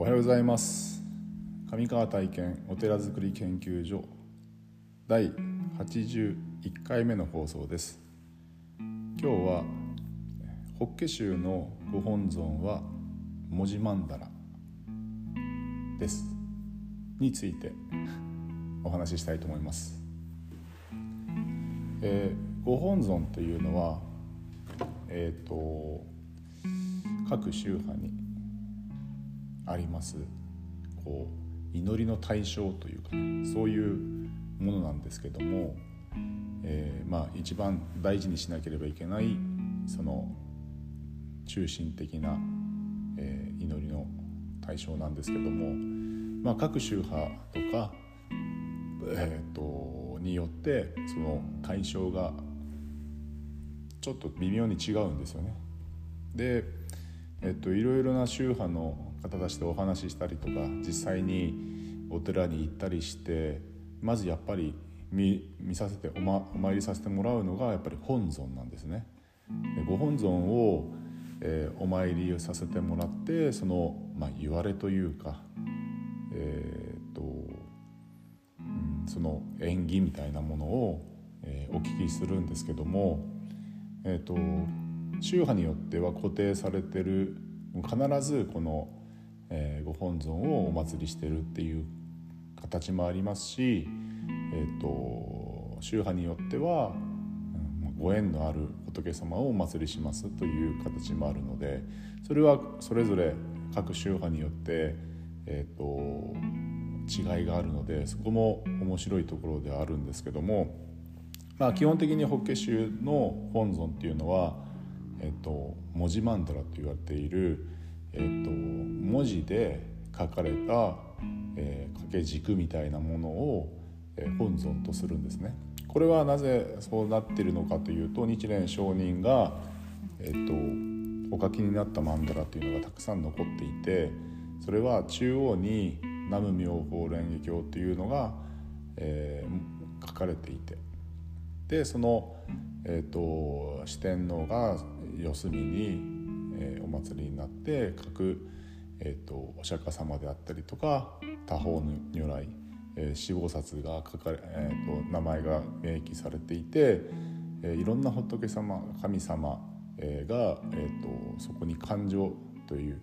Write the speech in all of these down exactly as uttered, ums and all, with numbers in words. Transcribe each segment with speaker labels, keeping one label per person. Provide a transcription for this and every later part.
Speaker 1: おはようございます。上川体験お寺づくり研究所だいはちじゅういっかいめの放送です。今日は法華宗のご本尊は文字曼荼羅ですについてお話ししたいと思います。えー、ご本尊というのは、えーと、各宗派にありますこう祈りの対象というか、そういうものなんですけども、えー、まあ一番大事にしなければいけないその中心的な、えー、祈りの対象なんですけども、まあ、各宗派とか、えー、とによってその対象がちょっと微妙に違うんですよね。で、えっと、いろいろな宗派の方たちとお話ししたりとか、実際にお寺に行ったりして、まずやっぱり 見, 見させてお、ま、お参りさせてもらうのがやっぱり本尊なんですね。でご本尊を、えー、お参りさせてもらって、その、まあ、言われというか、えー、っと、うん、その縁起みたいなものを、えー、お聞きするんですけども、えー、っと宗派によっては固定されてる、必ずこの、えー、ご本尊をお祭りしてるっていう形もありますし、えー、と宗派によっては、うん、ご縁のある仏様をお祭りしますという形もあるので、それはそれぞれ各宗派によって、えー、と違いがあるので、そこも面白いところではあるんですけども、まあ、基本的に法華宗の本尊っていうのは、えっと、文字曼荼羅と言われている、えっと、文字で書かれた、えー、掛け軸みたいなものを、えー、本尊とするんですね。これはなぜそうなっているのかというと、日蓮聖人が、えっと、お書きになった曼荼羅というのがたくさん残っていて、それは中央に南無妙法蓮華経というのが、えー、書かれていて、でその、えー、と四天王が四隅に、えー、お祭りになって、各、えー、とお釈迦様であったりとか多宝如来、えー、四菩薩が書かれ、えー、と名前が明記されていて、えー、いろんな仏様神様、えー、が、えー、とそこに勘定という、うん、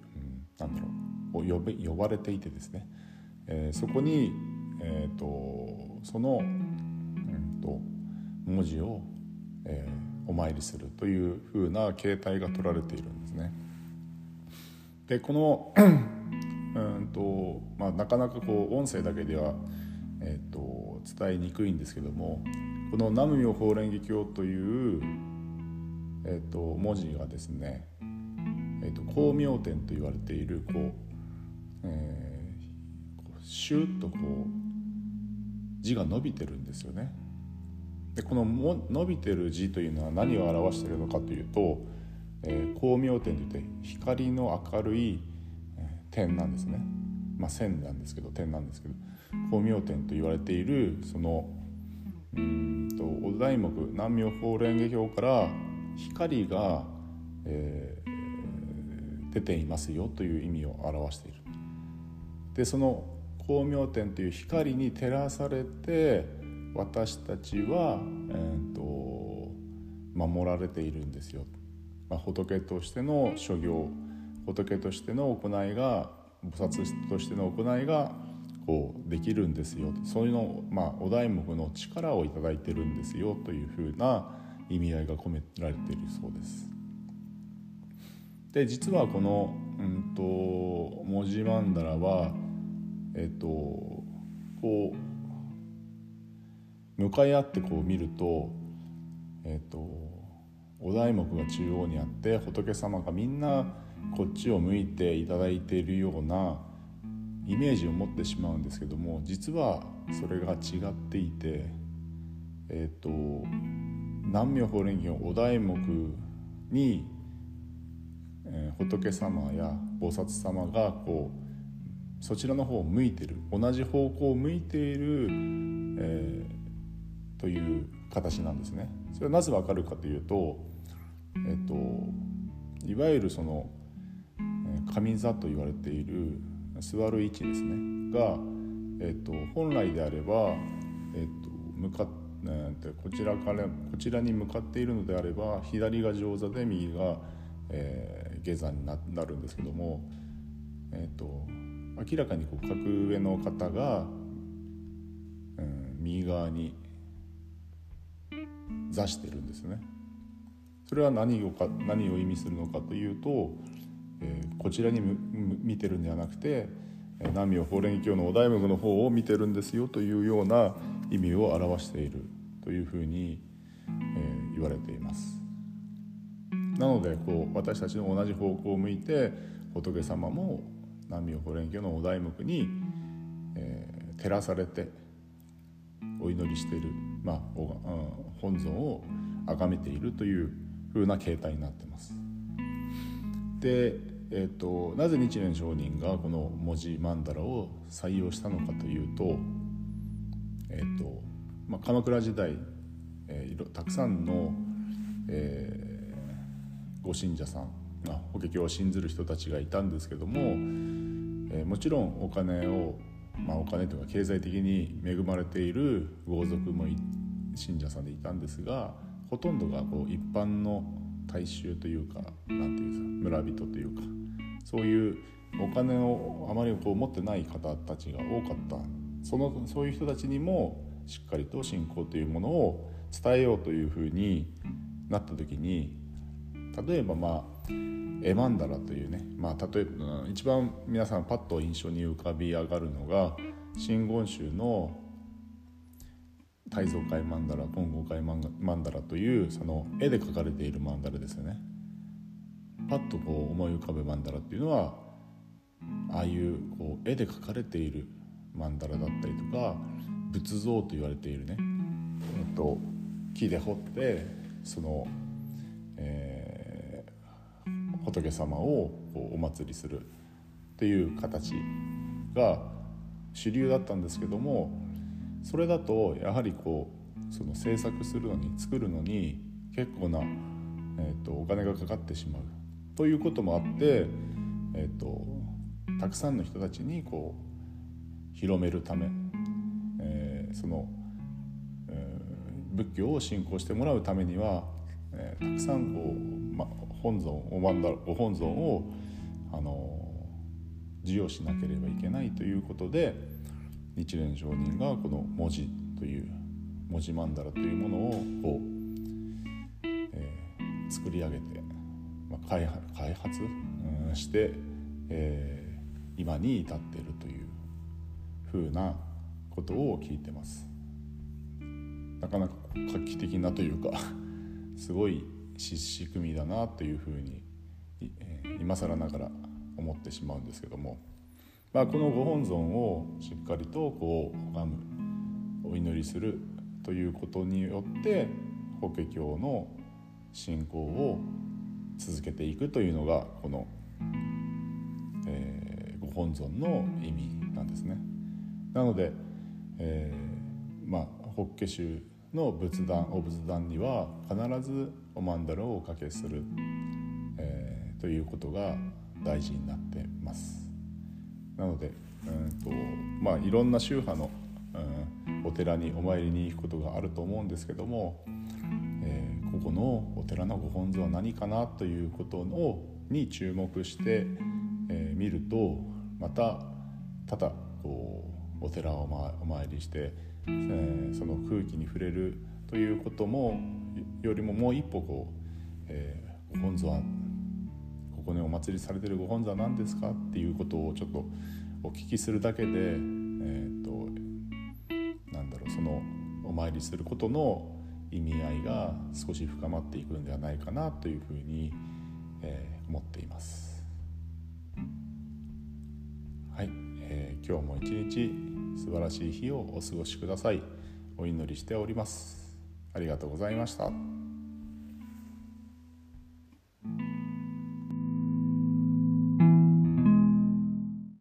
Speaker 1: なんだろうを呼べ呼ばれていてですね、えー、そこに、えー、とその、うんと文字を、えー、お参りするという風な形態が取られているんですね。でこのうんと、まあ、なかなかこう音声だけでは、えー、と伝えにくいんですけども、この南無妙法蓮華経という、えー、と文字がですね、えー、と光明点と言われているこう、えー、シュッとこう字が伸びてるんですよね。でこの伸びてる字というのは何を表しているのかというと、えー、光明点といって光の明るい、えー、点なんですね。まあ線なんですけど点なんですけど、光明点と言われているそのうーんとお題目南無妙法蓮華経から光が、えー、出ていますよという意味を表している。でその光明点という光に照らされて私たちは、えー、と守られているんですよ、まあ、仏としての諸行、仏としての行いが、菩薩としての行いがこうできるんですよ、そういうの、まあ、お題目の力をいただいてるんですよというふうな意味合いが込められているそうです。で実はこの、うん、と文字曼荼羅は、えっ、ー、とこう向かい合ってこう見ると、えー、とお題目が中央にあって、仏様がみんなこっちを向いていただいているようなイメージを持ってしまうんですけども、実はそれが違っていて、えー、と南無妙法蓮華経お題目に、えー、仏様や菩薩様がこうそちらの方を向いている、同じ方向を向いている、えーという形なんですね。それはなぜわかるかというと、えっと、いわゆるその上座と言われている座る位置ですねが、えー、と本来であれば、えー、と向かっえー、こちらからこちらに向かっているのであれば左が上座で右が、えー、下座に な, なるんですけども、えー、と明らかにこう格上の方が、うん、右側に座してるんですね。それは何をか何を意味するのかというと、えー、こちらに見てるんではなくて南無法蓮教のお題目の方を見てるんですよというような意味を表しているというふうに、えー、言われています。なのでこう私たちの同じ方向を向いて仏様も南無法蓮教のお題目に、えー、照らされてお祈りしている、まあ、本尊を崇めているというふうな形態になっています。で、えーと、なぜ日蓮上人がこの文字曼荼羅を採用したのかというと、えーとまあ、鎌倉時代、えー、たくさんの、えー、ご信者さん、まあ、法華経を信ずる人たちがいたんですけども、えー、もちろんお金を、まあ、お金というか経済的に恵まれている豪族も信者さんでいたんですが、ほとんどがこう一般の大衆というか、なんていうんですか、村人というか、そういうお金をあまりこう持ってない方たちが多かった。そのそういう人たちにもしっかりと信仰というものを伝えようというふうになった時に、例えばまあ絵曼荼羅というね、まあ、例えば一番皆さんパッと印象に浮かび上がるのが真言宗の大蔵会曼荼羅、金剛会曼荼羅というその絵で描かれている曼荼羅ですよね。パッとこう思い浮かぶ曼荼羅っていうのは、ああいうこう絵で描かれている曼荼羅だったりとか、仏像と言われているね、えっと、木で彫ってその、えー、仏様をこうお祭りするっていう形が主流だったんですけども、それだとやはりこうその制作するのに作るのに結構な、えー、とお金がかかってしまうということもあって、えー、とたくさんの人たちにこう広めるため、えー、その、えー、仏教を信仰してもらうためには、えー、たくさんこう、ま、本尊おまんだお本尊を、あのー、授与しなければいけないということで、日蓮上人がこの文字という文字曼荼羅というものをこう、えー、作り上げて、まあ、開発、開発、うん、して、えー、今に至っているというふうなことを聞いてます。なかなか画期的なというかすごい仕組みだなというふうに、えー、今更ながら思ってしまうんですけども、まあ、このご本尊をしっかりとこう拝む、お祈りするということによって法華経の信仰を続けていくというのがこの、えー、ご本尊の意味なんですね。なので、えー、まあ法華宗の仏壇お仏壇には必ずお曼荼羅をおかけする、えー、ということが大事になっています。なので、うんとまあ、いろんな宗派の、うん、お寺にお参りに行くことがあると思うんですけども、えー、ここのお寺のご本尊は何かなということをに注目して、えー、見ると、またただこうお寺をお参りして、えー、その空気に触れるということもよりももう一歩こう、えー、ご本尊はここにお祭りされているご本尊は何ですかっていうことをちょっとお聞きするだけで、えー、となんだろうそのお参りすることの意味合いが少し深まっていくんではないかなというふうに、えー、思っています。はい、えー、今日も一日素晴らしい日をお過ごしください。お祈りしております。ありがとうございました。